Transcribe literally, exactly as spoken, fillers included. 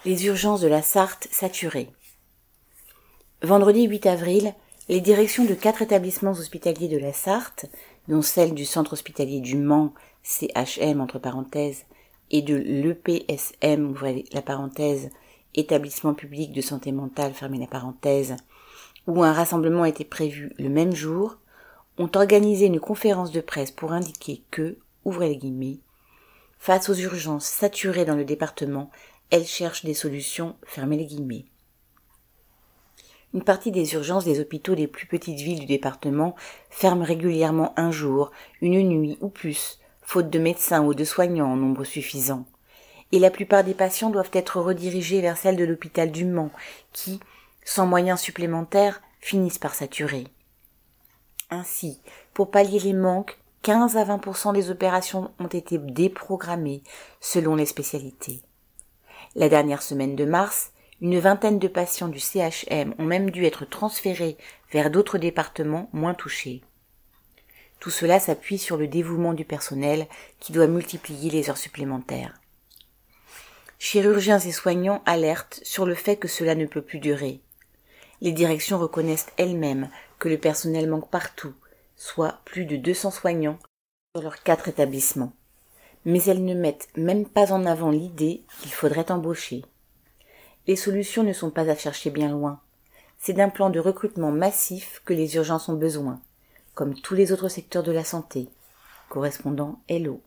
Les urgences de la Sarthe saturées. Vendredi huit avril, les directions de quatre établissements hospitaliers de la Sarthe, dont celle du centre hospitalier du Mans, C H M entre parenthèses, et de l'E P S M, ouvrez la parenthèse, établissement public de santé mentale, fermez la parenthèse, où un rassemblement était prévu le même jour, ont organisé une conférence de presse pour indiquer que, ouvrez les guillemets, face aux urgences saturées dans le département, elles cherchent des solutions, fermez les guillemets. Une partie des urgences des hôpitaux des plus petites villes du département ferment régulièrement un jour, une nuit ou plus, faute de médecins ou de soignants en nombre suffisant. Et la plupart des patients doivent être redirigés vers celles de l'hôpital du Mans, qui, sans moyens supplémentaires, finissent par saturer. Ainsi, pour pallier les manques, quinze à vingt pour cent des opérations ont été déprogrammées, selon les spécialités. La dernière semaine de mars, une vingtaine de patients du C H M ont même dû être transférés vers d'autres départements moins touchés. Tout cela s'appuie sur le dévouement du personnel qui doit multiplier les heures supplémentaires. Chirurgiens et soignants alertent sur le fait que cela ne peut plus durer. Les directions reconnaissent elles-mêmes que le personnel manque partout, soit plus de deux cents soignants sur leurs quatre établissements. Mais elles ne mettent même pas en avant l'idée qu'il faudrait embaucher. Les solutions ne sont pas à chercher bien loin. C'est d'un plan de recrutement massif que les urgences ont besoin, comme tous les autres secteurs de la santé. Correspondant Hello.